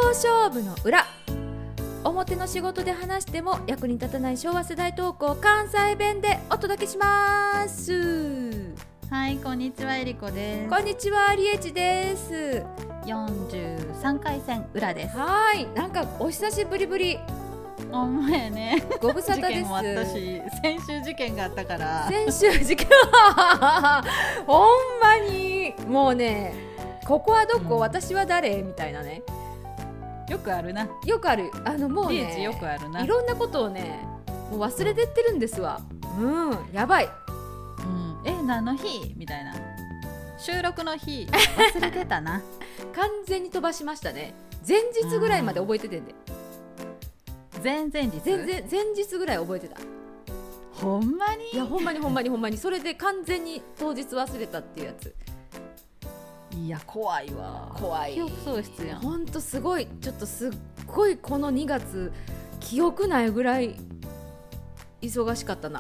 東証部の裏、表の仕事で話しても役に立たない昭和世代トークを関西弁でお届けします。 はい、こんにちは、えりこです。 こんにちは、りえちです。 43回戦裏です。 はい、なんかお久しぶりぶり。 ほんまやね。 ご無沙汰です。 事件もあったし、先週事件があったから。 先週事件ほんまにもうね、ここはどこ、私は誰みたいなね。 よくあるな。 よくある。もうね、 よくあるな。 いろんなことをね、もう忘れてってるんですわ。やばい。 何の日みたいな。収録の日忘れてたな。 完全に飛ばしましたね。前日ぐらいまで覚えててんで。 前々日。 前日ぐらい覚えてた。 ほんまに？ いや、ほんまにそれで完全に当日忘れたっていうやつ。 いや、怖いわ。 怖い。 記憶喪失やん。 ほんとすごい、ちょっとすっごいこの2月記憶ないぐらい忙しかったな。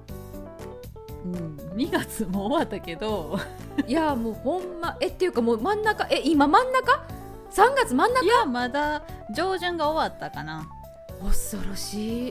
2月も終わったけどいやもうほんまっていうかもう真ん中今真ん中3月真ん中。 いやまだ上旬が終わったかな。 恐ろしい。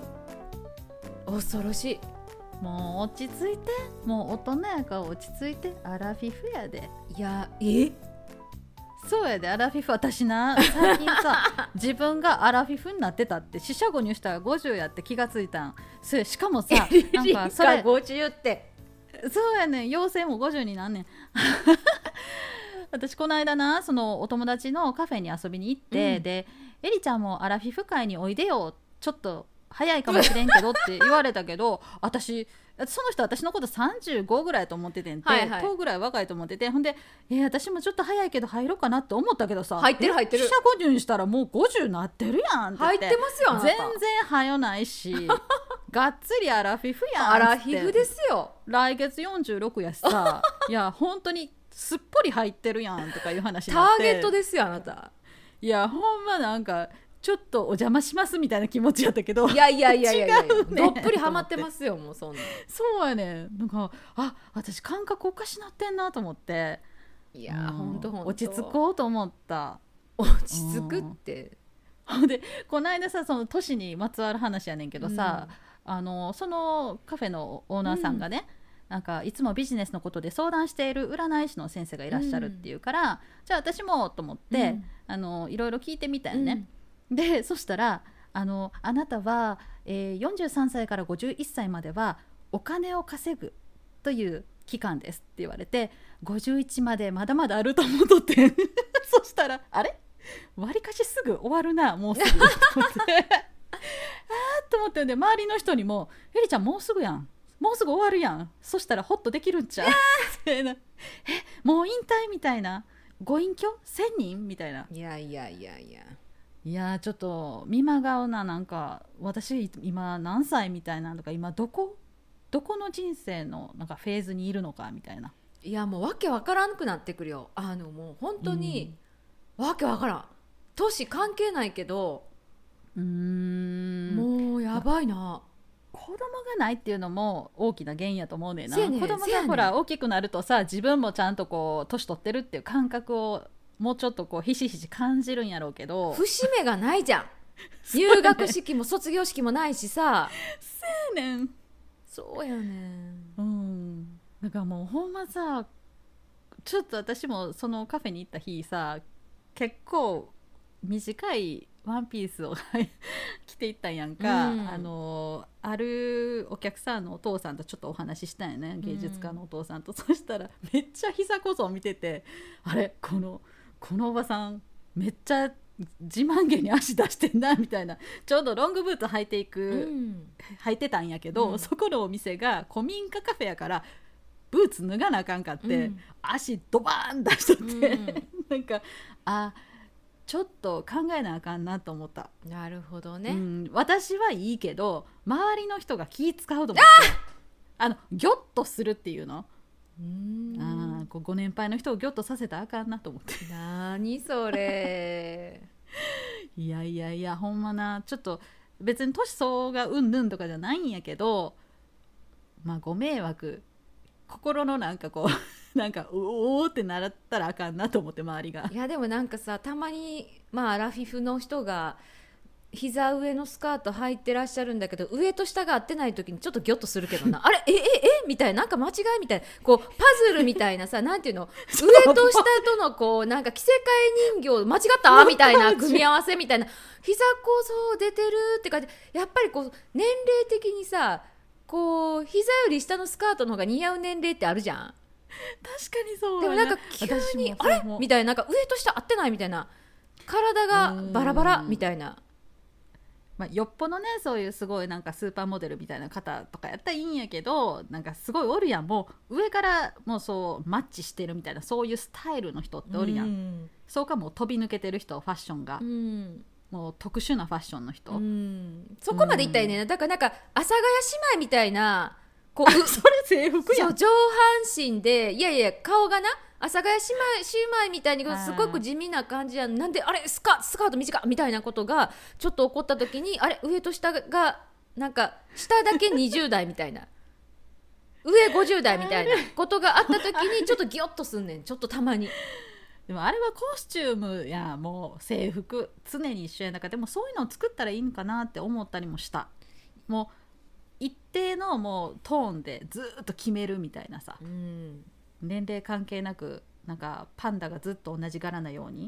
もう落ち着いて、もう大人やから落ち着いて。アラフィフやで。 いやそうやで、アラフィフ。私な、最近さ自分がアラフィフになってたって四捨五入したら50やって気がついたん。それしかもさ、なんかそれ 50ってそうやねん、妖精も50になんねん私この間な、そのお友達のカフェに遊びに行って、でエリちゃんもアラフィフ会においでよ、ちょっと早いかもしれんけどって言われたけど私その人私のこと35ぐらいと思っててんて、10ぐらい若いと思ってて、ほんで私もちょっと早いけど入ろうかなって思ったけどさ、 入ってる四捨五入したらもう50なってるやんって入ってますよ。あなた全然早ないしがっつりアラフィフやん。 アラフィフですよ。 来月46やしさいや本当にすっぽり入ってるやんとかいう話にタなって、 ーゲットですよあなた。 いやほんまなんかちょっとお邪魔しますみたいな気持ちやったけど、 いや違うね、 どっぷりハマってますよ。もうそんな。 そうやね、なんか私感覚おかしなってんなと思って。 いやほんと落ち着こうと思った。 落ち着くって。 でこの間さ、その都市にまつわる話やねんけどさ、そのカフェのオーナーさんがね、なんかいつもビジネスのことで相談している占い師の先生がいらっしゃるっていうから、じゃあ私もと思って、いろいろ聞いてみたよね。でそしたらあなたは、43歳から51歳まではお金を稼ぐという期間ですって言われて、51までまだまだあると思っとってそしたらあれわりかしすぐ終わるな、もうすぐと思ってと思って、んで周りの人にもエリちゃんもうすぐやん、もうすぐ終わるやん、そしたらホッとできるんちゃうもう引退みたいな、ご隠居1000人みたいな。いやちょっと見まがうな。なんか私今何歳みたいなとか、今どこの人生のなんかフェーズにいるのかみたいな。 いやもうわけわからんくなってくるよ。もう本当に、わけわからん。年関係ないけどもうやばいな。 子供がないっていうのも大きな原因やと思うねんな。子供がほら大きくなるとさ、自分もちゃんとこう年取ってるっていう感覚をもうちょっとこうひしひし感じるんやろうけど、 節目がないじゃん入学式も卒業式もないしさそうやねん。 そうやねん。 だからもうほんまさ、ちょっと私もそのカフェに行った日さ、結構短いワンピースを着ていったんやんか、あるお客さんのお父さんとちょっとお話ししたんやね、芸術家のお父さんと。そしたらめっちゃ膝小僧見てて、あれこのおばさんめっちゃ自慢げに足出してんなみたいな。ちょうどロングブーツ履いてたんやけど、そこのお店が古民家カフェやからブーツ脱がなあかんかって、足ドバーン出しとって、なんかちょっと考えなあかんなと思った。 なるほどね、 私はいいけど周りの人が気使うと思って、ギョッとするっていうの、ご年配の人をギョッとさせたらあかんなと思って。 何それいやほんまな、ちょっと別に年相応がうんぬんとかじゃないんやけど、ご迷惑心のなんかこうなんかおおってなったらあかんなと思って周りが。 いやでもなんかさ、たまにまあアラフィフの人が膝上のスカート履いてらっしゃるんだけど、上と下が合ってない時にちょっとギョッとするけどなあれみたいな、なんか間違いみたいな、こうパズルみたいなさなんていうの、上と下とのこうなんか着せ替え人形間違ったみたいな組み合わせみたいな、膝こそ出てるって感じ。やっぱりこう年齢的にさ、こう膝より下のスカートの方が似合う年齢ってあるじゃん。 確かにそうでもなんか急にあれみたいな、なんか上と下合ってないみたいな、体がバラバラみたいな。 まあ、よっぽどねそういうすごいなんかスーパーモデルみたいな方とかやったらいいんやけど、なんかすごいおるやん、もう上からもうそうマッチしてるみたいな、そういうスタイルの人っておるやん。そうかもう飛び抜けてる人、ファッションが、もう特殊なファッションの人、 そこまでいったよね。だからなんか阿佐ヶ谷姉妹みたいなこうそれ制服やん。 そう上半身で、いやいや顔がな阿佐ヶ谷姉妹みたいにすごく地味な感じやん。なんであれスカート短いみたいなことがちょっと起こった時に、あれ上と下がなんか下だけ20代みたいな上50代みたいなことがあった時にちょっとギョッとすんねん、ちょっとたまに。 でもあれはコスチュームやもう制服常に一緒やんか。でもそういうのを作ったらいいんかなって思ったりもした。もう一定のもうトーンでずっと決めるみたいなさ、年齢関係なくなんかパンダがずっと同じ柄なように、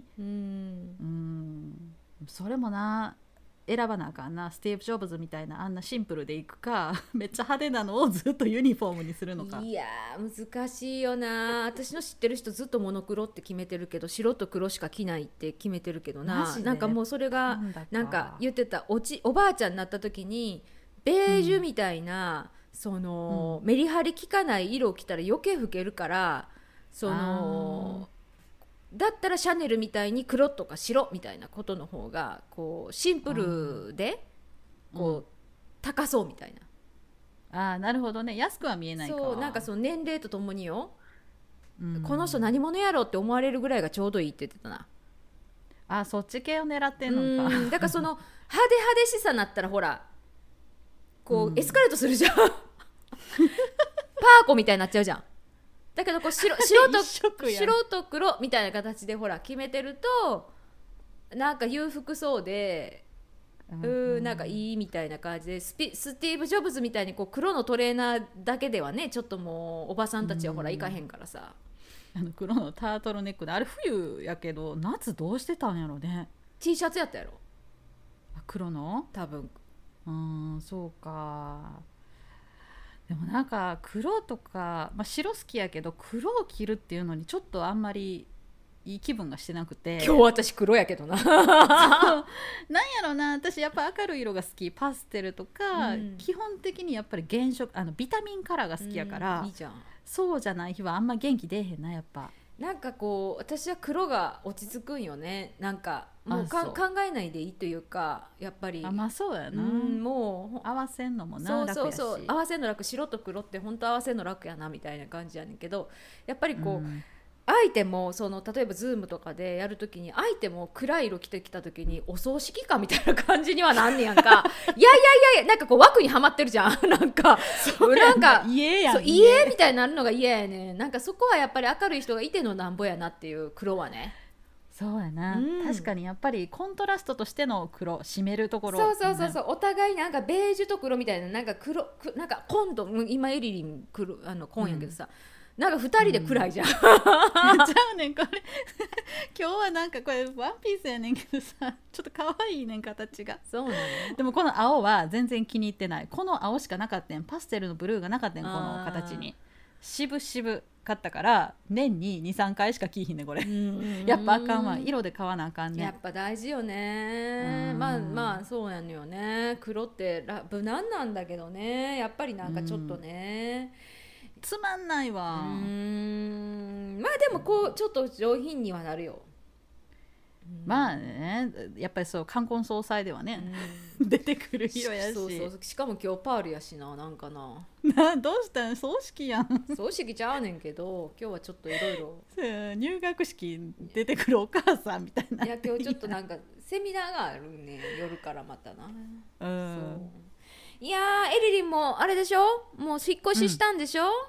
それもな選ばなあかんな。スティーブ・ジョブズみたいなあんなシンプルでいくかめっちゃ派手なのをずっとユニフォームにするのか。 いや難しいよな。私の知ってる人ずっとモノクロって決めてるけど、白と黒しか着ないって決めてるけどな。なんかもうそれがなんか言ってたおばあちゃんになった時にベージュみたいな、そのメリハリ効かない色を着たら余計老けるから、そのだったらシャネルみたいに黒とか白みたいなことの方がこうシンプルでこう高そうみたいな。 なるほどね。安くは見えないか。 そうなんかその年齢とともによ、この人何者やろって思われるぐらいがちょうどいいって言ってたな。 そっち系を狙ってんのか。 だからその派手しさになったらほらこうエスカレートするじゃんパーコみたいになっちゃうじゃん。だけどこう白と黒みたいな形でほら決めてるとなんか裕福そうで、なんかいいみたいな感じで、スティーブ・ジョブズみたいにこう黒のトレーナーだけではねちょっともうおばさんたちはほら行かへんからさ。 黒のタートルネックであれ冬やけど夏どうしてたんやろね。 T シャツやったやろ黒の。 多分。 そうか。でもなんか黒とか、白好きやけど黒を着るっていうのにちょっとあんまりいい気分がしてなくて。 今日私黒やけどななんやろな、私やっぱ明るい色が好き、パステルとか、基本的にやっぱり原色ビタミンカラーが好きやから、 いいじゃん。 そうじゃない日はあんま元気出えへんなやっぱ。 なんかこう私は黒が落ち着くんよね。なんかもう考えないでいいというか、やっぱりそうやな、 もう合わせんのもな楽やし。 そう合わせんの楽、白と黒って本当合わせんの楽やなみたいな感じやねんけど、やっぱりこう、相手もその例えばズームとかでやるときに相手も暗い色着てきたときにお葬式かみたいな感じにはなんねやんかいやなんかこう枠にはまってるじゃんなんかなんか家みたいになるのが嫌やねん。なんかそこはやっぱり明るい人がいてのなんぼやなっていう。黒はねそうやな、確かにやっぱりコントラストとしての黒、締めるところ。 そうお互いなんかベージュと黒みたいな、なんかなんか紺と、今エリリン紺やけどさ、なんか2人で暗いじゃん、ちゃうねんこれ今日はなんかこれワンピースやねんけどさ、ちょっと可愛いねん形が。 そうなの。 でもこの青は全然気に入ってない。この青しかなかったん、パステルのブルーがなかったん、この形に渋々買ったから年に 2,3 回しか着いひんねんこれやっぱあかんわ、色で買わなあかんね。 やっぱ大事よね。まあそうやのよね。黒って無難なんだけどね、やっぱりなんかちょっとね、 つまんないわ。 まあでもこうちょっと上品にはなるよ。 まあね、やっぱりそう冠婚葬祭ではね、出てくる色やし。 そうしかも今日パールやしな、なんかなどうしたん、葬式やん。 葬式ちゃうねんけど今日はちょっといろいろ入学式出てくるお母さんみたいな。 いや今日ちょっとなんかセミナーがあるね、夜からまたな。そういやエリリンもあれでしょ、もう引っ越ししたんでしょ。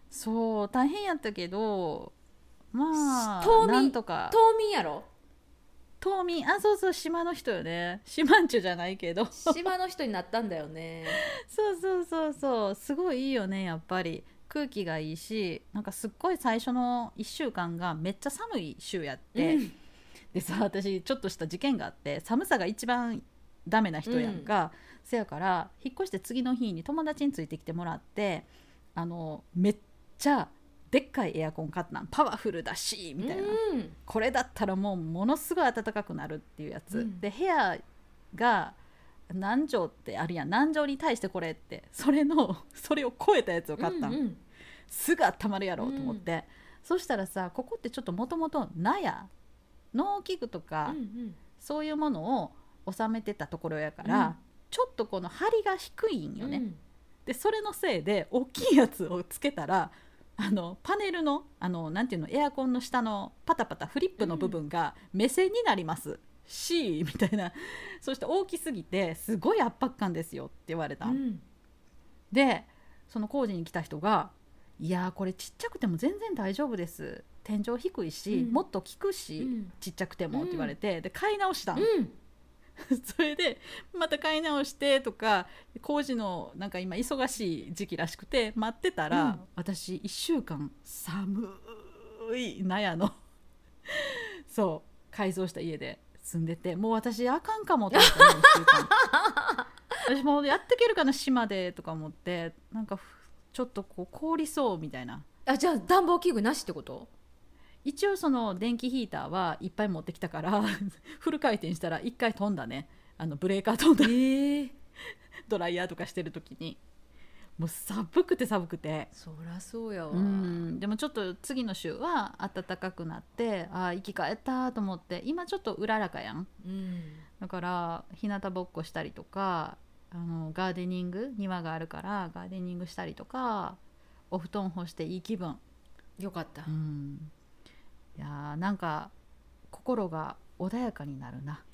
そう大変やったけど、まあ島民なんとか。 島民やろ。 島民、あ、そうそう、島の人よね。島んちゅじゃないけど島の人になったんだよね。 そうそうそうそう、すごいいいよね。やっぱり空気がいいし、なんかすっごい最初の1週間がめっちゃ寒い週やって、 うんでさ、私ちょっとした事件があって、寒さが一番ダメな人やんか、せやから引っ越して次の日に友達についてきてもらって、めっちゃでっかいエアコン買ったん、パワフルだしみたいな、 うんこれだったらもうものすごい暖かくなるっていうやつ、で部屋が何畳ってあるやん、何畳に対してこれって、それを超えたやつを買ったん、すぐ温まるやろうと思って、そしたらさ、ここってちょっともともと納屋農機具とか、そういうものを収めてたところやから、ちょっとこの張りが低いんよね、でそれのせいで大きいやつをつけたら、パネルのなんていうの、エアコンの下のパタパタフリップの部分が目線になります、しみたいな、そして大きすぎてすごい圧迫感ですよって言われた、でその工事に来た人が、いやこれちっちゃくても全然大丈夫です、天井低いし、もっと効くし、ちっちゃくてもって言われて、で買い直したん、それでまた買い直してとか、工事のなんか今忙しい時期らしくて待ってたら、私1週間寒い納屋のそう改造した家で住んでて、もう私あかんかもと思って、ね、1週間私もうやっていけるかな島でとか思って、なんかちょっとこう凍りそうみたいな。 あ、じゃあ暖房器具なしってこと？ 一応その電気ヒーターはいっぱい持ってきたからフル回転したら1回飛んだね、ブレーカー飛んだ、ドライヤーとかしてる時にもう寒くて寒くて、 そりゃそうやわ。 でもちょっと次の週は暖かくなって、あ、生き返ったと思って、今ちょっとうららかやん、だから日向ぼっこしたりとか、ガーデニング、庭があるからガーデニングしたりとか、お布団干していい気分。 よかった。 いやなんか心が穏やかになるな。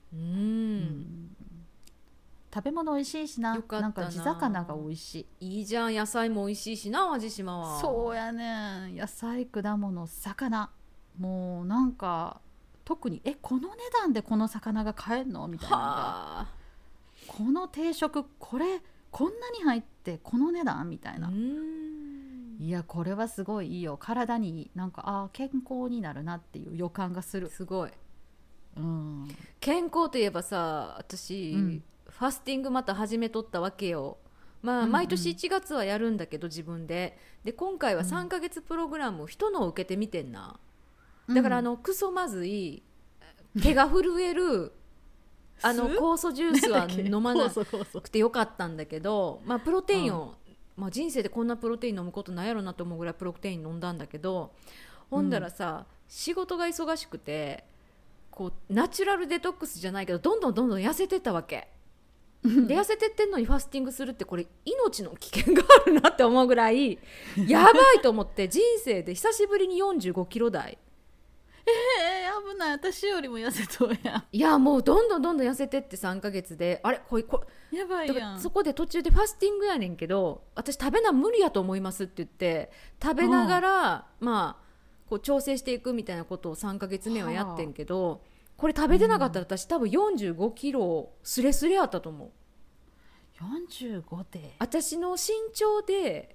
食べ物美味しいしな、なんか地魚が美味しい。 いいじゃん、野菜も美味しいしな、淡路島は。 そうやね、野菜、果物、魚、もうなんか特にこの値段でこの魚が買えんのみたいなのが、この定食これこんなに入ってこの値段みたいな。いやこれはすごいいいよ、体になんか健康になるなっていう予感がする。 すごい、健康といえばさ、私、ファスティングまた始めとったわけよ。まあ、毎年1月はやるんだけど自分で今回は3ヶ月プログラム、人のを受けてみてんな。だからクソまずい、毛が震える酵素ジュースは飲まなくてよかったんだけど、まあ、プロテインを、人生でこんなプロテイン飲むことないやろなと思うぐらいプロテイン飲んだんだけど、ほんだらさ、仕事が忙しくてこうナチュラルデトックスじゃないけどどんどん痩せてったわけで、痩せてってんのにファスティングするってこれ命の危険があるなって思うぐらいやばいと思って人生で久しぶりに45キロ台。 危ない、私よりも痩せとうやん。 いやもうどんどん痩せてって3ヶ月で、あれこれやばいやん。 そこで途中でファスティングやねんけど、私食べな無理やと思いますって言って食べながら、こう調整していくみたいなことを3ヶ月目はやってんけど、これ食べてなかったら私多分45キロスレスレあったと思う。 45で私の身長で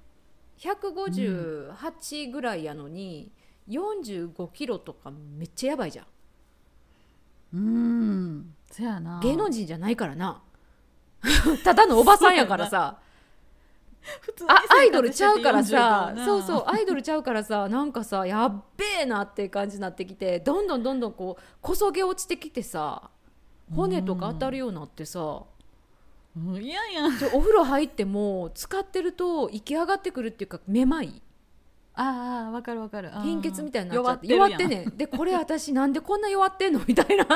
158ぐらいやのに、45キロとかめっちゃやばいじゃん。 そやな、 芸能人じゃないからなただのおばさんやからさアイドルちゃうからさ、そうアイドルちゃうからさ、なんかさやっべえなって感じになってきて、どんどんこうこそげ落ちてきてさ、骨とか当たるようになってさ、 いやお風呂入っても使ってると息上がってくるっていうか、めまい、 わかるわかる、 貧血みたいになっちゃって弱ってねんで、これ私なんでこんな弱ってんのみたいな忙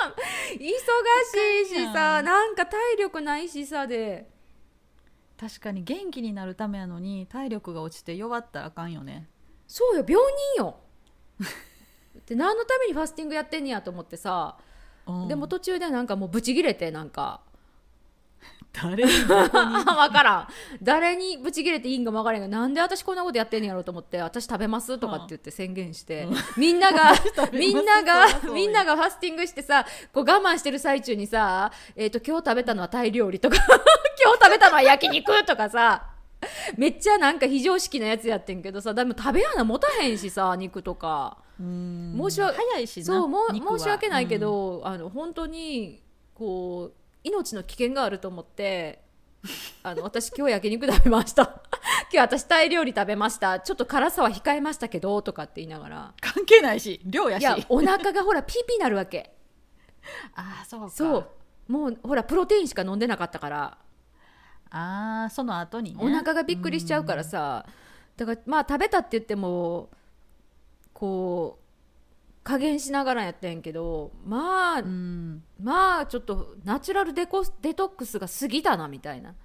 しいしさ、なんか体力ないしさで、 確かに元気になるためやのに体力が落ちて弱ったらあかんよね。 そうよ、病人よで何のためにファスティングやってんねやと思ってさ、でも途中でなんかもうブチギレて、なんか誰にどこに分からん、誰にブチ切れていいんかも分からんが、なんで私こんなことやってんねやろうと思って、私食べますとかって言って宣言して、みんながみんながファスティングしてさ、こう我慢してる最中にさ、今日食べたのはタイ料理とか今日食べたのは焼肉とかさ、めっちゃなんか非常識なやつやってんけどさ、でも食べやな持たへんしさ、肉とか早いしな、 そう申し訳ないけど、本当にこう命の危険があると思って私今日焼肉食べました今日私タイ料理食べました、ちょっと辛さは控えましたけどとかって言いながら、 関係ないし量やし、 いやお腹がほらピーピーなるわけああそうか、 そうもうほらプロテインしか飲んでなかったから、 その後にねお腹がびっくりしちゃうからさ、だからまあ食べたって言ってもこう加減しながらやってんけど、まあちょっとナチュラルデトックスが過ぎたなみたいな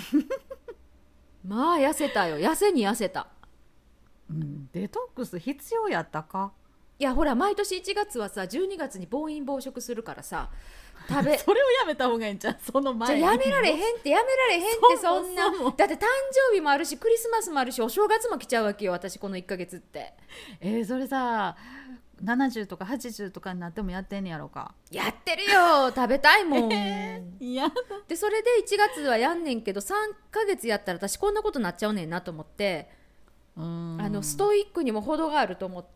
まあ痩せたよ、痩せに痩せた、 デトックス必要やったか。 いやほら毎年1月はさ、12月に暴飲暴食するからさ、 それをやめた方がいいんじゃん、その前に。 じゃやめられへんってそんな、だって誕生日もあるしクリスマスもあるしお正月も来ちゃうわけよ、私この1ヶ月って。 それさ70とか80とかになってもやってんねやろか。 やってるよ、食べたいもん、 いやでそれで1月はやんねんけど、3ヶ月やったら私こんなことなっちゃうねんなと思って、ストイックにも程があると思って、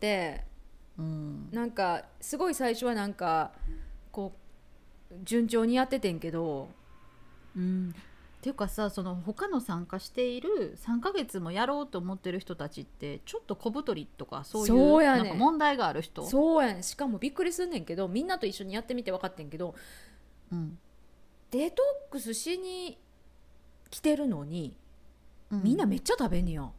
なんかすごい最初はなんかこう順調にやっててんけど、 っていうかさ、その他の参加している3ヶ月もやろうと思ってる人たちってちょっと小太りとかそういうなんか問題がある人、 そうやねん。しかもびっくりすんねんけど、みんなと一緒にやってみて分かってんけど、デトックスしに来てるのに、みんなめっちゃ食べんねや。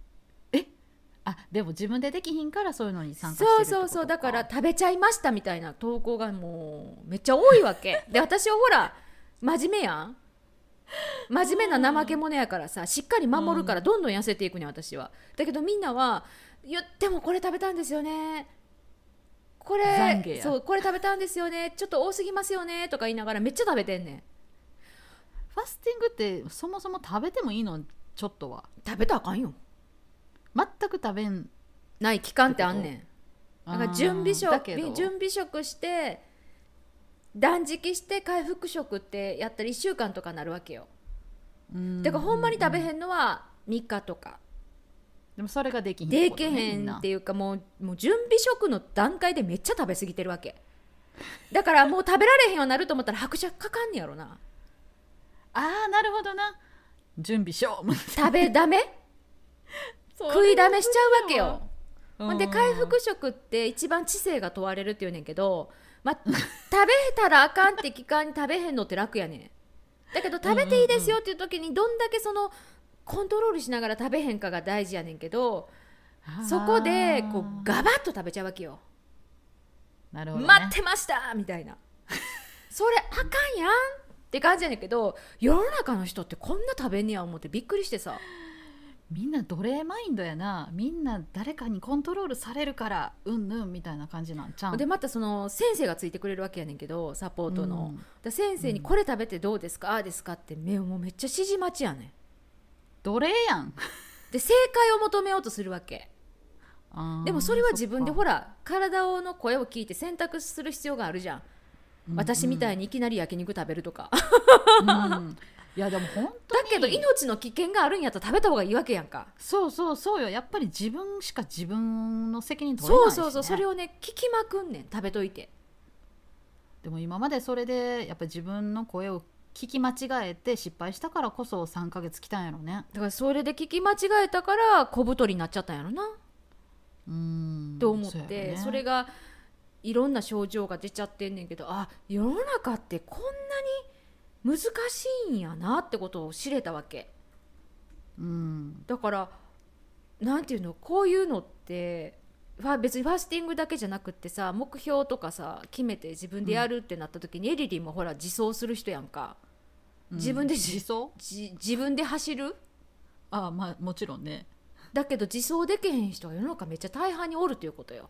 でも自分でできひんからそういうのに参加してるってことか。 そうだから食べちゃいましたみたいな投稿がもうめっちゃ多いわけで、私はほら真面目やん、真面目な怠け者やからさ、しっかり守るからどんどん痩せていくねん私は。だけどみんなは言ってもこれ食べたんですよね、これ食べたんですよね、ちょっと多すぎますよねとか言いながらめっちゃ食べてんねん。 ファスティングってそもそも食べてもいいの？ちょっとは食べたらあかんよ、 全く食べんない期間ってあんねん。だから準備食して断食して回復食ってやったら1週間とかなるわけよ。だからほんまに食べへんのは3日とか。 でもそれができへんできへんっていうか、もう準備食の段階でめっちゃ食べ過ぎてるわけだからもう食べられへんようになると思ったら拍車かかんねやろな。 なるほどな、準備しよう食べだめ食いだめしちゃうわけよ。ほんで回復食って一番知性が問われるっていうねんけど、食べたらあかんって期間に食べへんのって楽やねん。だけど食べていいですよっていう時にどんだけそのコントロールしながら食べへんかが大事やねんけど、そこでこうガバッと食べちゃうわけよ。 なるほどね、 待ってましたみたいなそれあかんやんって感じやねんけど、世の中の人ってこんな食べんねや思ってびっくりしてさ。 みんな奴隷マインドやな、みんな誰かにコントロールされるからうんぬんみたいな感じなんちゃう。 でまたその先生がついてくれるわけやねんけど、サポートの、だ先生にこれ食べてどうですか、ああですかってもうめっちゃ指示待ちやねん。 奴隷やんで正解を求めようとするわけ。でもそれは自分でほら体の声を聞いて選択する必要があるじゃん、私みたいにいきなり焼肉食べるとかいやでも本当にだけど命の危険があるんやったら食べた方がいいわけやんか。 そうよ、やっぱり自分しか自分の責任取れないし、ね、 それをね聞きまくんねん、食べといて。 でも今までそれでやっぱり自分の声を聞き間違えて失敗したからこそ3ヶ月来たんやろね。 だからそれで聞き間違えたから小太りになっちゃったんやろなと思って、それがいろんな症状が出ちゃってんねんけど、世の中ってこんなに難しいんやなってことを知れたわけ。だからなんていうの、こういうのって別にファスティングだけじゃなくってさ、目標とかさ決めて自分でやるってなった時に、エリリンもほら自走する人やんか。自分で自分で走る。 まあもちろんね。 だけど自走できへん人が世の中めっちゃ大半におるということよ。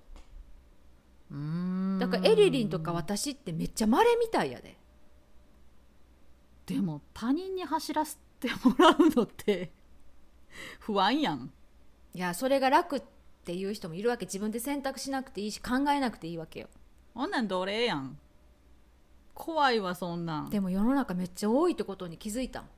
だからエリリンとか私ってめっちゃ稀みたいやで。 でも他人に走らせてもらうのって不安やん。 いやそれが楽っていう人もいるわけ。自分で選択しなくていいし考えなくていいわけよ。 こんなん奴隷やん。怖いわそんなん。 でも世の中めっちゃ多いってことに気づいたん。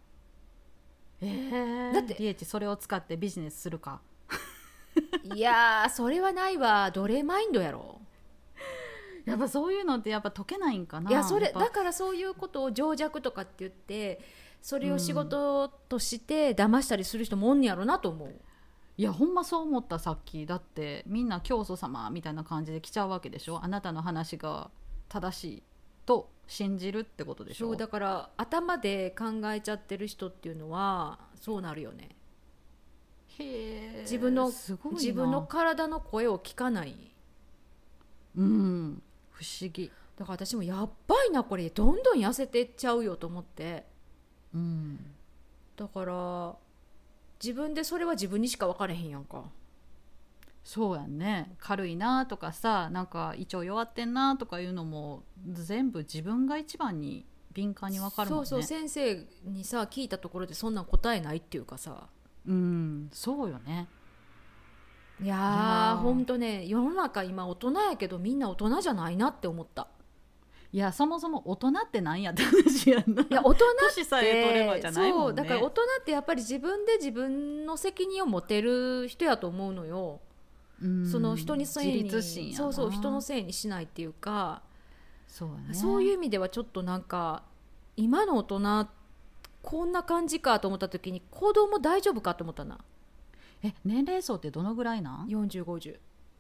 だってリエチそれを使ってビジネスするか。 いやーそれはないわ。奴隷マインドやろ。 やっぱそういうのってやっぱ解けないんかな。 いやそれだからそういうことを情弱とかって言ってそれを仕事として騙したりする人もおんねやろなと思う。 いやほんまそう思った。さっきだってみんな教祖様みたいな感じで来ちゃうわけでしょ。あなたの話が正しいと信じるってことでしょ。 そうだから頭で考えちゃってる人っていうのはそうなるよね。 へえ。 自分の体の声を聞かない。 不思議。 だから私もやっばいなこれどんどん痩せてっちゃうよと思って、だから自分でそれは自分にしか分かれへんやんか。 そうやんね。軽いなとかさ、なんか胃腸弱ってんなとかいうのも全部自分が一番に敏感に分かるもんね。 そう先生にさ聞いたところでそんなん答えないっていうかさ。 そうよね。 いやほんとね世の中今大人やけどみんな大人じゃないなって思った。 いやそもそも大人ってなんやって話やんな。いや大人って年さえ取ればじゃないもんね。 そうだから大人ってやっぱり自分で自分の責任を持てる人やと思うのよ。その人にせいに自立心やな。 そう人のせいにしないっていうか、 そうね、 そういう意味ではちょっとなんか今の大人こんな感じかと思った時に子供大丈夫かと思ったな。 年齢層ってどのぐらいなん？ 4050。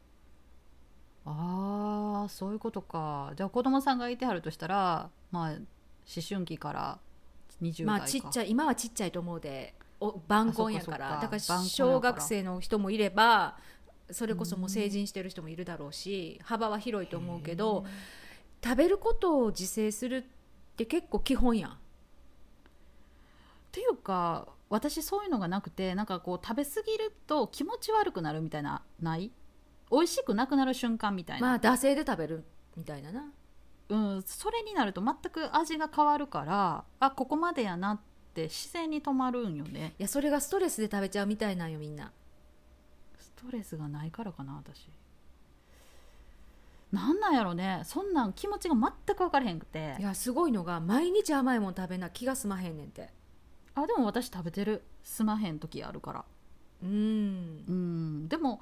ああそういうことか。じゃあ子供さんがいてはるとしたらまあ思春期から20代か。 ちっちゃい今はちっちゃいと思うで晩婚やからだから晩婚やから小学生の人もいればそれこそもう成人してる人もいるだろうし幅は広いと思うけど食べることを自制するって結構基本やん。 っていうか私そういうのがなくてなんかこう食べ過ぎると気持ち悪くなるみたいなない？美味しくなくなる瞬間みたいな。 惰性で食べるみたいなな。 それになると全く味が変わるからここまでやなって自然に止まるんよね。 いやそれがストレスで食べちゃうみたいなんよみんな。 ストレスがないからかな私。なんやろね。そんなん気持ちが全く分からへんくて。 いやすごいのが毎日甘いもん食べな気が済まへんねんて。 でも私食べてる。済まへん時あるから。でも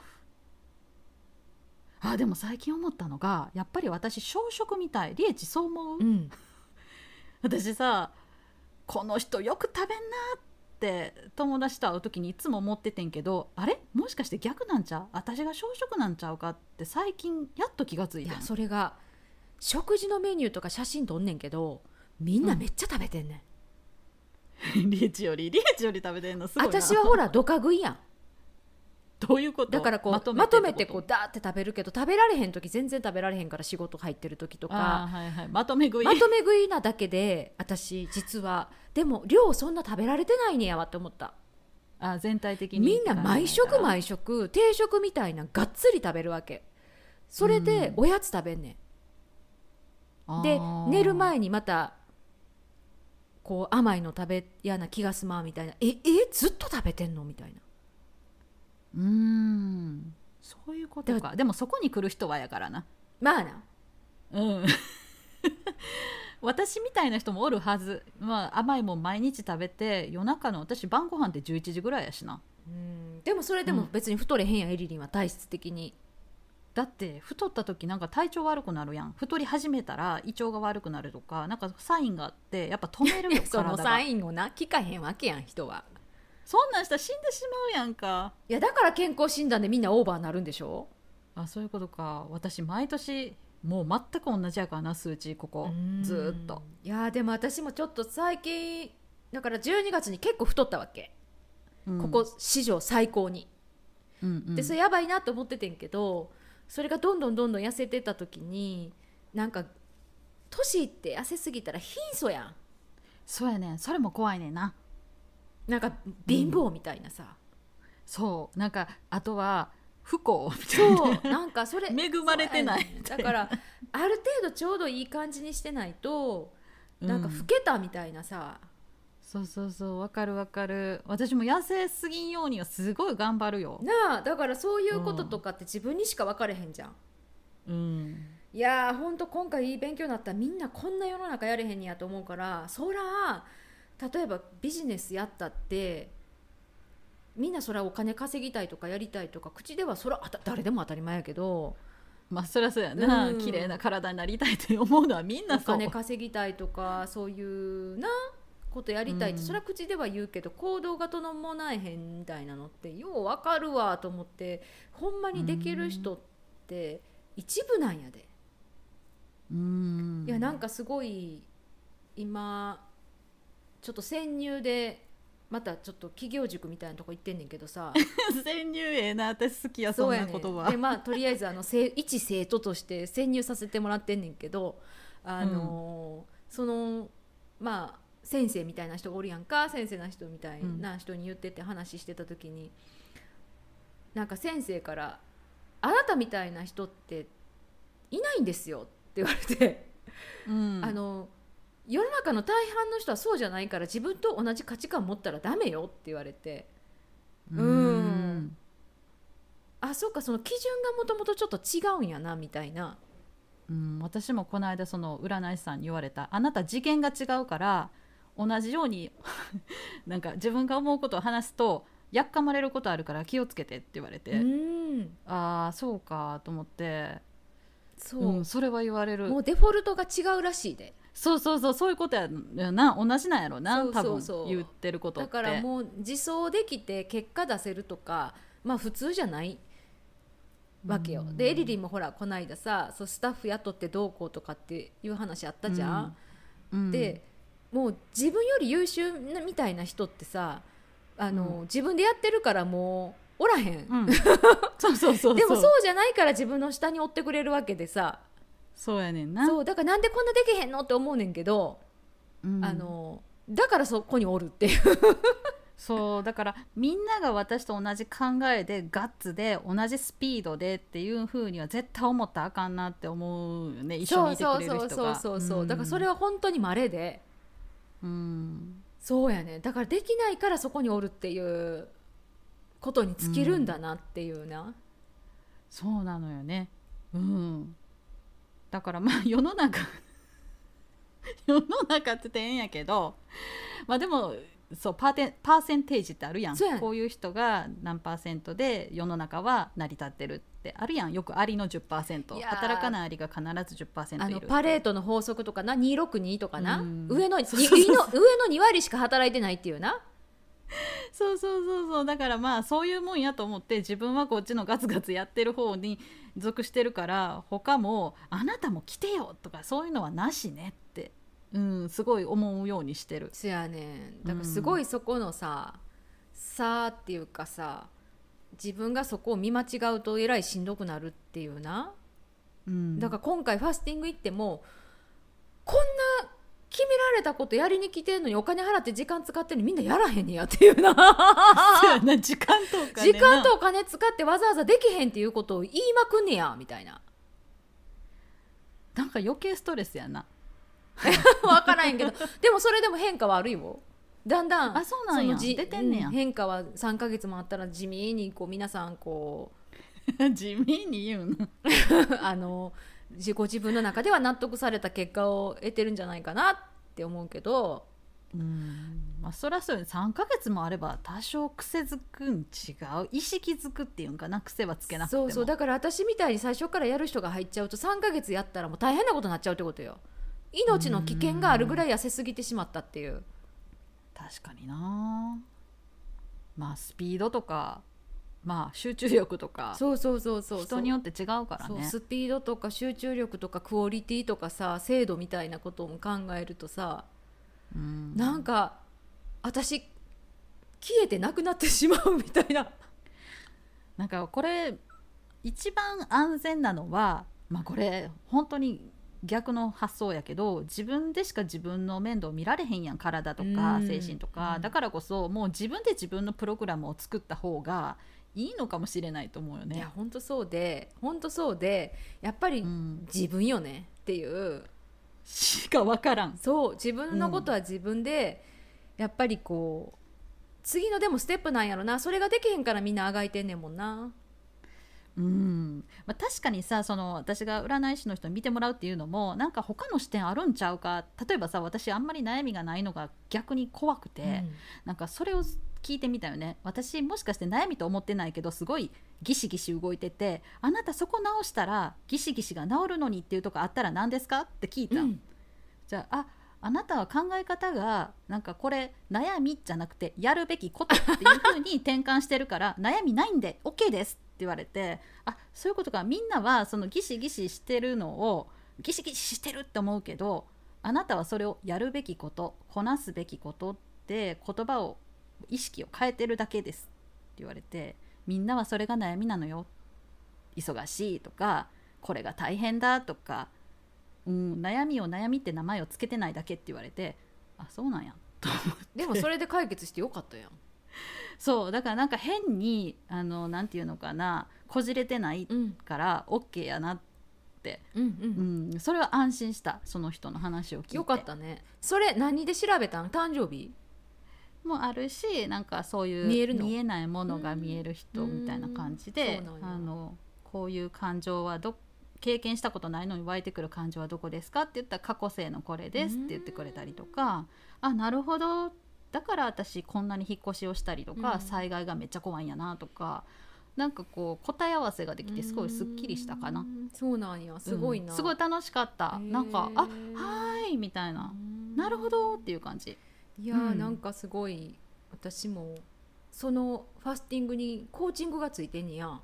でも最近思ったのがやっぱり私小食みたい。リエチそう思う？私さこの人よく食べんなって友達と会う時にいつも思っててんけどあれもしかして逆なんちゃう？私が小食なんちゃうかって最近やっと気がついてん。 いやそれが食事のメニューとか写真撮んねんけどみんなめっちゃ食べてんねん、 リエチより食べてんのすごいな。 私はほらドカ食いやん。 どういうこと？ だからこうまとめてこうダーって食べるけど食べられへん時全然食べられへんから仕事入ってる時とか、 まとめ食いなだけで私実はでも量そんな食べられてないねやわって思った。 全体的にみんな毎食定食みたいながっつり食べるわけ。それでおやつ食べんねん。で寝る前にまたこう甘いの食べやな気が済まんみたいな。ずっと食べてんのみたいな。 そういうことか。でもそこに来る人はやからな。 まあな私みたいな人もおるはず。甘いもん毎日食べて夜中の私晩ご飯って11時ぐらいやしな。 でもそれでも別に太れへんやん、エリリンは体質的に。 だって太った時なんか体調悪くなるやん。太り始めたら胃腸が悪くなるとかなんかサインがあってやっぱ止めるよそのサインをな聞かへんわけやん人は。 そんなんしたら死んでしまうやんか。 いやだから健康診断でみんなオーバーになるんでしょ。 そういうことか。私毎年もう全く同じやからな数値ここずっと。 いやでも私もちょっと最近だから12月に結構太ったわけ、ここ史上最高に、でそれやばいなと思っててんけどそれがどんどん痩せてた時になんか年いって痩せすぎたら貧相やん。 そうやねん。それも怖いねんな。 なんか貧乏みたいなさ、 そうなんかあとは不幸みたいな。 そうなんかそれ恵まれてないだからある程度ちょうどいい感じにしてないとなんか老けたみたいなさ、 そうそうそう、わかるわかる。私も痩せすぎんようにはすごい頑張るよ。 なあ、だからそういうこととかって自分にしか分かれへんじゃん。 うん、 いやーほんと今回いい勉強になった。みんなこんな世の中やれへんやと思うから、そら例えばビジネスやったってみんなそらお金稼ぎたいとかやりたいとか口ではそら誰でも当たり前やけど、 まあそりゃそうやな、綺麗な体になりたいって思うのはみんなそう。 お金稼ぎたいとかそういうなことやりたいって、それは口では言うけど行動が伴えへんみたいなのってようわかるわと思って、ほんまにできる人って一部なんやで。いやなんかすごい今ちょっと潜入でまたちょっと企業塾みたいなとこ行ってんねんけどさ潜入私好きや、そんな言葉、 ね、でまあとりあえず一生徒として潜入させてもらってんねんけど、そのまあ先生みたいな人がおるやんか、先生な人みたいな人に言ってて話してた時に、なんか先生からあなたみたいな人っていないんですよって言われて、世の中の大半の人はそうじゃないから自分と同じ価値観持ったらダメよって言われて、あ、そうか、その基準がもともとちょっと違うんやなみたいな。 私もこの間その占い師さんに言われた。あなた次元が違うから同じようになんか自分が思うことを話すとやっかまれることあるから気をつけてって言われて、ああそうかと思って、そう、それは言われる。 もうデフォルトが違うらしいで。 そうそうそう、そういうことやな、同じなんやろな、多分言ってることって。 だからもう自走できて結果出せるとかまあ普通じゃないわけよ。でエリリンもほらこないださ、そうスタッフ雇ってどうこうとかっていう話あったじゃん、でもう自分より優秀みたいな人ってさ、自分でやってるからもうおらへん、 そうそうそうそう。 でもそうじゃないから自分の下に追ってくれるわけでさ、 そうやねんな。 そうだからなんでこんなできへんのって思うねんけど、だからそこにおるっていうそうだからみんなが私と同じ考えでガッツで同じスピードでっていう風には絶対思ったらあかんなって思うよね、一緒にいてくれる人が。 だからそれは本当に稀で、そうやね。だからできないからそこにおるっていうことに尽きるんだなっていうな、 そうなのよね。だからまあ世の中って変やけど、まあでもそうパーセンテージってあるやん。こういう人が何パーセントで世の中は成り立ってるってあるやん。よくアリの 10%、 働かないアリが必ず 10% いる。 パレートの法則とかな、262とかな、上の2割しか働いてないっていうな。 そうそうそうそう。だからまあそういうもんやと思って自分はこっちのガツガツやってる方に属してるから、他もあなたも来てよとかそういうのはなしねって、すごい思うようにしてる。 そうやね。だからすごいそこのさっていうかさ、自分がそこを見間違うとえらいしんどくなるっていうな、だから今回ファスティング行ってもこんな決められたことやりに来てんのにお金払って時間使ってるのにみんなやらへんねやっていうなそうやな、時間とお金使ってわざわざできへんっていうことを言いまくんねやみたいな。 なんか余計ストレスやな分からへんけどでもそれでも変化はあるよ。だんだんそうなんや、出てんねや。 変化は3ヶ月もあったら地味にこう皆さんこう地味に言うの自分の中では納得された結果を得てるんじゃないかなって思うけど、 まあそりゃそうよね。3ヶ月もあれば多少癖づくん違う、意識づくっていうんかな、癖はつけなくても。 そうだから私みたいに最初からやる人が入っちゃうと3ヶ月やったらもう大変なことになっちゃうってことよ。命の危険があるぐらい痩せすぎてしまったっていう。 確かにな。まあスピードとかまあ集中力とかそう人によって違うからね。 スピードとか集中力とかクオリティとかさ、精度みたいなことも考えるとさ、なんか私消えてなくなってしまうみたいな。 なんかこれ一番安全なのは、まあこれ本当に逆の発想やけど、自分でしか自分の面倒見られへんやん、体とか精神とか、だからこそもう自分で自分のプログラムを作った方がいいのかもしれないと思うよね。 いや本当そうでやっぱり自分よねっていう、 しか分からん。 そう自分のことは自分でやっぱりこう次のでもステップなんやろな。それができへんからみんなあがいてんねんもんな。 まあ、確かにさ、その私が占い師の人に見てもらうっていうのもなんか他の視点あるんちゃうか。例えばさ、私あんまり悩みがないのが逆に怖くて、なんかそれを聞いてみたよね。私もしかして悩みと思ってないけどすごいギシギシ動いてて、あなたそこ直したらギシギシが治るのにっていうとこあったら何ですかって聞いた、じゃああなたは考え方がなんかこれ悩みじゃなくてやるべきことっていう風に転換してるから悩みないんで OK ですって言われて、そういうことか。みんなはそのギシギシしてるのをギシギシしてるって思うけど、あなたはそれをやるべきこと、こなすべきことって言葉を意識を変えてるだけですって言われて、みんなはそれが悩みなのよ、忙しいとかこれが大変だとか、悩みを悩みって名前をつけてないだけって言われて、そうなんやと思って。 でもそれで解決してよかったやん。 そうだからなんか変になんていうのかな、こじれてないから OK やなって、それは安心した。その人の話を聞いてよかったね。それ何で調べたん？誕生日もあるし、なんかそういう見えないものが見える人みたいな感じで、こういう感情は経験したことないのに湧いてくる感情はどこですかって言ったら過去性のこれですって言ってくれたりとか、なるほど、だから私こんなに引っ越しをしたりとか、災害がめっちゃ怖いんやなとか、なんかこう答え合わせができてすごいすっきりしたかな。 そうなんや、すごいな、 すごい楽しかった。なんかはーいみたいな、なるほどっていう感じ。 いやなんかすごい、私もそのファスティングにコーチングがついてんねや。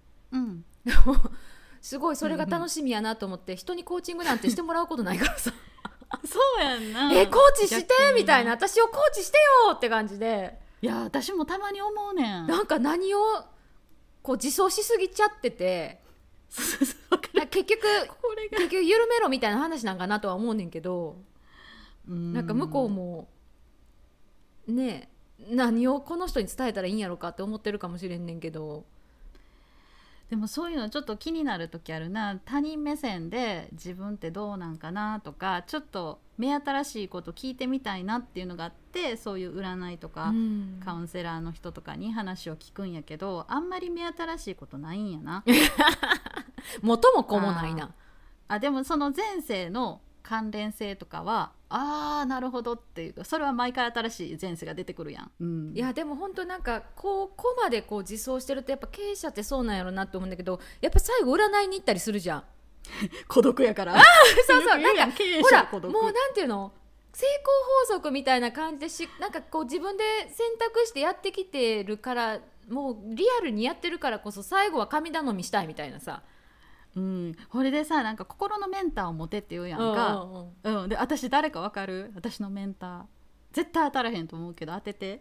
すごいそれが楽しみやなと思って、人にコーチングなんてしてもらうことないからさそうやんな。 コーチしてみたいな、私をコーチしてよって感じで。 いや私もたまに思うねん。 なんか何をこう自走しすぎちゃってて結局緩めろみたいな話なんかなとは思うねんけど、なんか向こうもね何をこの人に伝えたらいいんやろかって思ってるかもしれんねんけど、 でもそういうのちょっと気になる時あるな。他人目線で自分ってどうなんかなとか、ちょっと目新しいこと聞いてみたいなっていうのがあって、そういう占いとか、カウンセラーの人とかに話を聞くんやけど、あんまり目新しいことないんやな元も子もないな。 でもその前世の関連性とかはなるほどっていうか、それは毎回新しい前世が出てくるやん、 いやでも本当なんかここまでこう自走してるとやっぱ経営者ってそうなんやろなって思うんだけど、やっぱ最後占いに行ったりするじゃん孤独やからそうなんかほらもうなんていうの、成功法則みたいな感じでなんかこう自分で選択してやってきてるから、もうリアルにやってるからこそ最後は神頼みしたいみたいなさ。 これでさ、なんか心のメンターを持てって言うやんか、で私誰か分かる？私のメンター絶対当たらへんと思うけど当てて。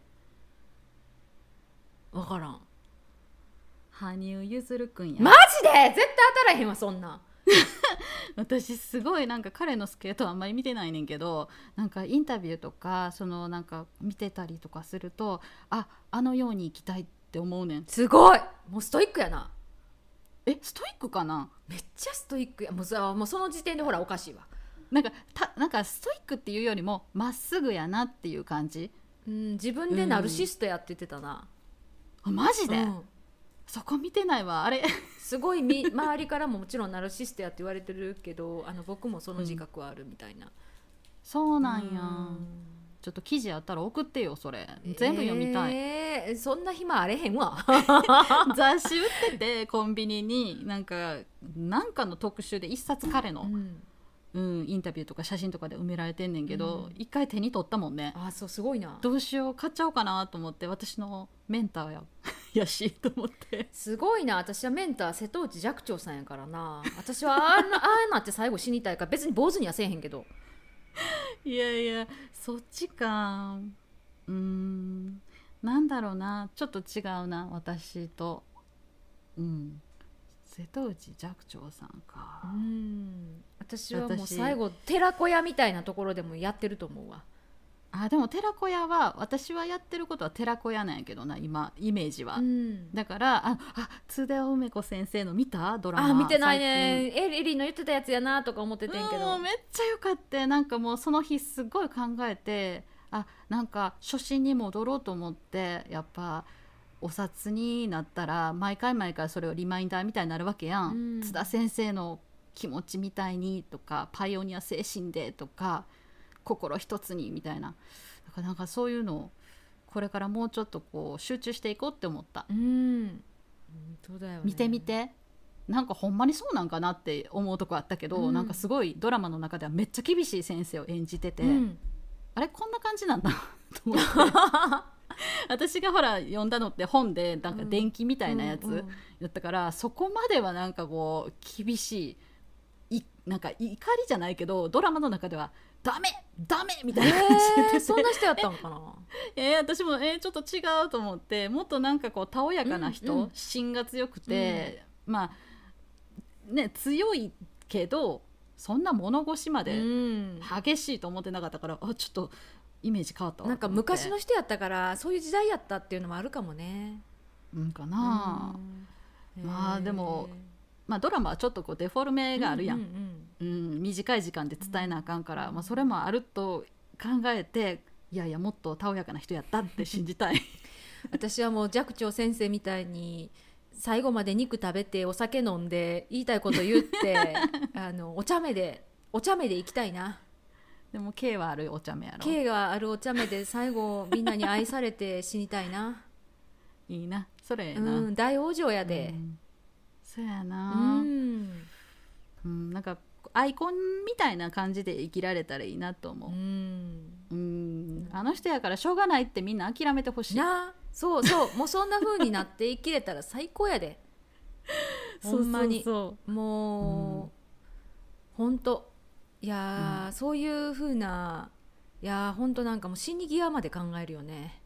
分からん。 羽生結弦くんや。 マジで絶対当たらへんわそんな私すごいなんか彼のスケートあんまり見てないねんけど、なんかインタビューとかそのなんか見てたりとかすると、あのように生きたいって思うねん。 すごい、もうストイックやな。 ストイックかな。 めっちゃストイックや。もうその時点でほらおかしいわ。 なんかストイックっていうよりもまっすぐやなっていう感じ。 自分でナルシストやって言ってたな。 マジで、そこ見てないわ。あれすごい周りからももちろんナルシストやって言われてるけど、僕もその自覚はあるみたいな。 そうなんや。ちょっと記事あったら送ってよ、それ全部読みたい。 そんな暇あれへんわ雑誌売っててコンビニになんかの特集で一冊彼の、インタビューとか写真とかで埋められてんねんけど、一回手に取ったもんね。 そうすごいな。 どうしよう買っちゃおうかなと思って、私のメンターやしと思って。 すごいな。私はメンター瀬戸内寂聴さんやからな。私はあなって最後死にたいから、別に坊主にはせえへんけどいやいやそっちか。なんだろうな、ちょっと違うな私と。瀬戸内寂聴さんか。 私はもう最後寺子屋みたいなところでもやってると思うわ。 でも寺子屋は私はやってることは寺子屋なんやけどな、今イメージは、だから津田梅子先生の見たドラマ。 見てないね。エリの言ってたやつやなとか思っててんけど、 めっちゃよかった。なんかもうその日すごい考えて、 なんか初心に戻ろうと思って、やっぱお札になったら毎回それをリマインダーみたいになるわけやん、津田先生の気持ちみたいにとか、パイオニア精神でとか、心一つにみたいな、だからなんかそういうのをこれからもうちょっとこう集中していこうって思った。 そうだよね、 見てみて、なんかほんまにそうなんかなって思うとこあったけど、なんかすごいドラマの中ではめっちゃ厳しい先生を演じてて、あれこんな感じなんだと思って私がほら読んだのって本でなんか電気みたいなやつだったから、そこまではなんかこう厳しい、なんか怒りじゃないけど、ドラマの中ではダメみたいな感じで、 そんな人やったのかな私もちょっと違うと思って、もっとなんかこうたおやかな人、芯が強くて、まあね、強いけどそんな物腰まで激しいと思ってなかったから、ちょっとイメージ変わったわ。 なんか昔の人やったからそういう時代やったっていうのもあるかもね。 かな。まあでも、ドラマはちょっとこうデフォルメがあるやん、短い時間で伝えなあかんから、それもあると考えて、いやもっとたおやかな人やったって信じたい私はもう寂聴先生みたいに最後まで肉食べてお酒飲んで言いたいこと言ってお茶目で行きたいな。 でも敬はあるお茶目やろ。 敬があるお茶目で最後みんなに愛されて死にたいな。 いいな、それな、 大往生やで、 そうやな、なんかアイコンみたいな感じで生きられたらいいなと思う。あの人やからしょうがないってみんな諦めてほしいな。 そうもうそんな風になって生きれたら最高やでほんまにもう、ほんといや、そういう風な、いやほんとなんかもう死に際まで考えるよね。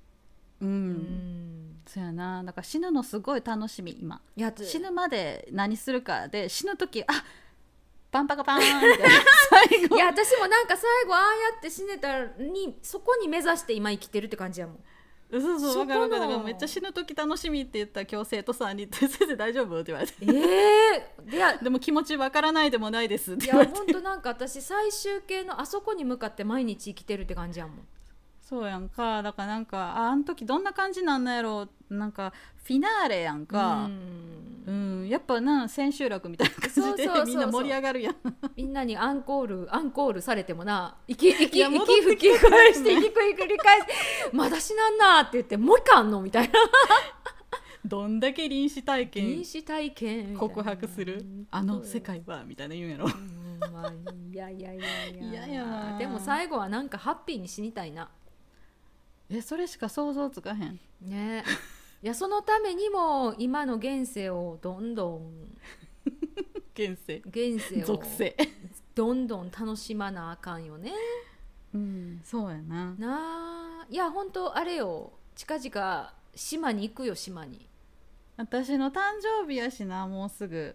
そうやな。だから死ぬのすごい楽しみ今。死ぬまで何するかで、死ぬ時パンパカパーンって最後いや私もなんか最後ああやって死ねたにそこに目指して今生きてるって感じやもん。 そう分かる。だからめっちゃ死ぬ時楽しみって言った今日生徒さんに「先生大丈夫?」って言われてでも気持ち分からないでもないですって言われて。 いや本当なんか私最終形のあそこに向かって毎日生きてるって感じやもん。 そうやんか。だからなんかあの時どんな感じなんやろう、なんかフィナーレやんか。やっぱ千秋楽みたいな感じでみんな盛り上がるやん。 みんなにアンコールされてもな、息吹き返して息繰り返してまだ死なんなって言ってもう一回あんのみたいなどんだけ臨死体験告白するあの世界はみたいな言うんやろ。 いやでも最後はなんかハッピーに死にたいな。 それしか想像つかへんね。いやそのためにも今の現世をどんどん現世を属性どんどん楽しまなあかんよね。 そうやな。 いや本当あれよ、近々島に行くよ。島に私の誕生日やしな、もうすぐ。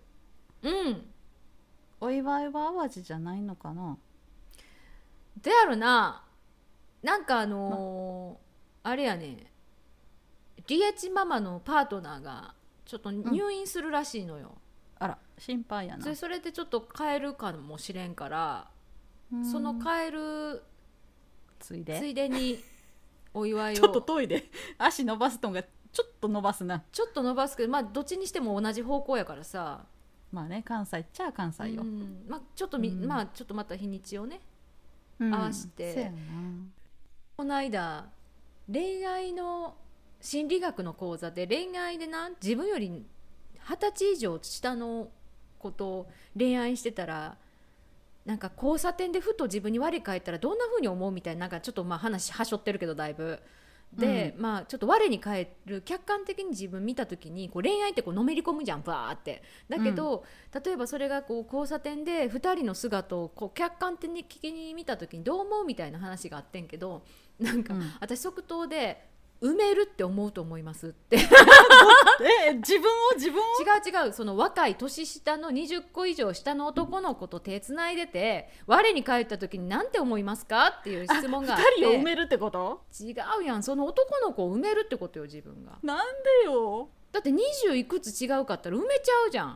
お祝いは淡路じゃないのかな。 でやろな。なんかあれやね、リエチママのパートナーがちょっと入院するらしいのよ。 あら心配やな。 それでちょっと帰るかもしれんから、その帰るついでにお祝いをちょっと遠いで足伸ばすとんがちょっと伸ばすな。 ちょっと伸ばすけど、どっちにしても同じ方向やからさ。 まあね、関西っちゃ関西よ。 ちょっとちょっとまた日にちをね合わして、この間恋愛の心理学の講座で、恋愛で自分より20歳以上下の子と恋愛してたら、なんか交差点でふと自分に我返ったらどんな風に思うみたいな、なんかちょっと話はしょってるけどだいぶで、ちょっと我に返る、客観的に自分見た時に恋愛ってのめり込むじゃんバーって。だけど、例えばそれが交差点で2人の姿を客観的に見た時にどう思うみたいな話があってんけど、なんか、私即答で埋めるって思うと思いますって自分を違う、その若い年下の20個以上下の男の子と手つないでて、我に返った時に何て思いますかっていう質問があって、 2人を埋めるってこと？ 違うやん、その男の子を埋めるってことよ自分が。 なんでよ。 だって20いくつ違うかったら埋めちゃうじゃん。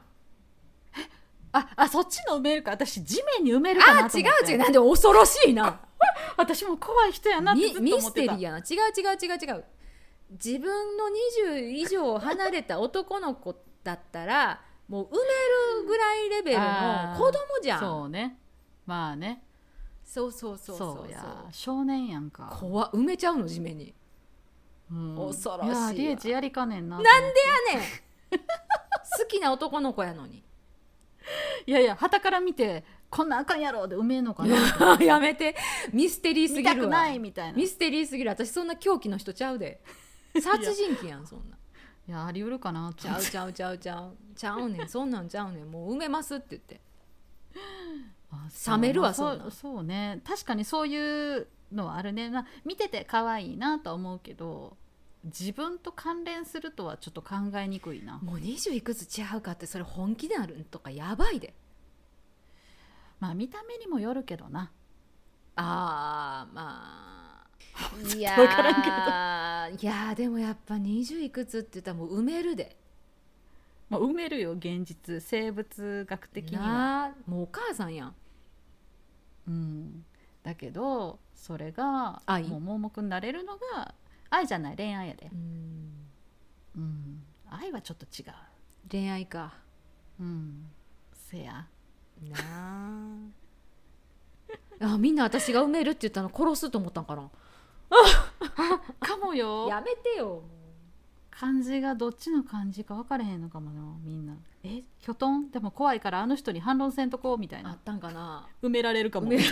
そっちの埋めるか。私地面に埋めるかなと思って。 違うなんで恐ろしいな私も怖い人やなってずっと思ってた。 ミステリーやな。違う。自分の20以上離れた男の子だったらもう埋めるぐらいレベルの子供じゃん。 そうね、まあね、 そうや少年やんか。 怖埋めちゃうの地面に、 恐ろしい。いやリエチやりかねんな。 なんでやねん好きな男の子やのに。 いや旗から見てこんなあかんやろで埋めんのかなやめて、ミステリーすぎるわ。 見たくないみたいな。 ミステリーすぎる。私そんな狂気の人ちゃうで。殺人鬼やんそんな。 いやありうるかな。 ちゃうねん、そんなんちゃうねん、もう埋めますって言って。冷めるわ。 そうね、確かにそういうのはあるね。見てて可愛いなとは思うけど自分と関連するとはちょっと考えにくいな。 もう20いくつ違うかってそれ本気であるんとかやばいで。 まあ見た目にもよるけどな。 まあいや分からんけど。 いやでもやっぱ20いくつって言ったらもう埋めるで。 まあ、埋めるよ現実生物学的には。 もうお母さんやん。だけどそれがもう盲目になれるのが愛じゃない、恋愛やで。愛はちょっと違う。 恋愛か。 せやなみんな私が埋めるって言ったの殺すと思ったんかな。 かもよ。 やめてよ。 漢字がどっちの漢字か分かれへんのかもなみんな。きょとんでも怖いからあの人に反論せんとこうみたいな。 あったんかな。 埋められるかも。こっ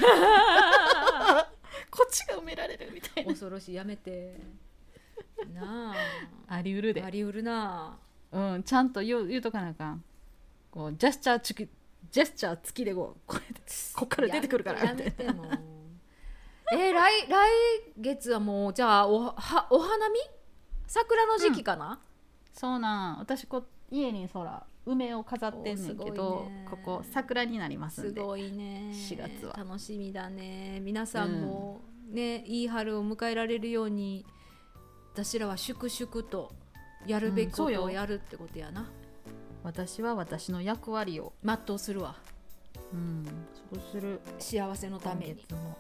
ちが埋められるみたいな。 恐ろしい。やめてなありうるで。 ありうるな。 ちゃんと言うとかなあかん。こうジェスチャー付きでこっから出てくるからやめても来月はもうじゃあお花見桜の時期かな。 そうなん。私家に梅を飾ってんねんけど、ここ桜になりますんで。 すごいね。 4月は楽しみだね。皆さんもね、いい春を迎えられるように私らは粛々とやるべきことをやるってことやな。 私は私の役割を全うするわ。 そうする。 幸せのために。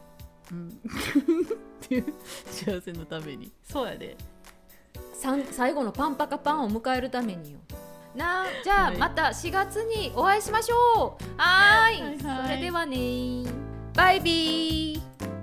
幸せのために。そうやで。 最後のパンパカパンを迎えるためによ。じゃあまた4月にお会いしましょう。はい、それではね、バイビー。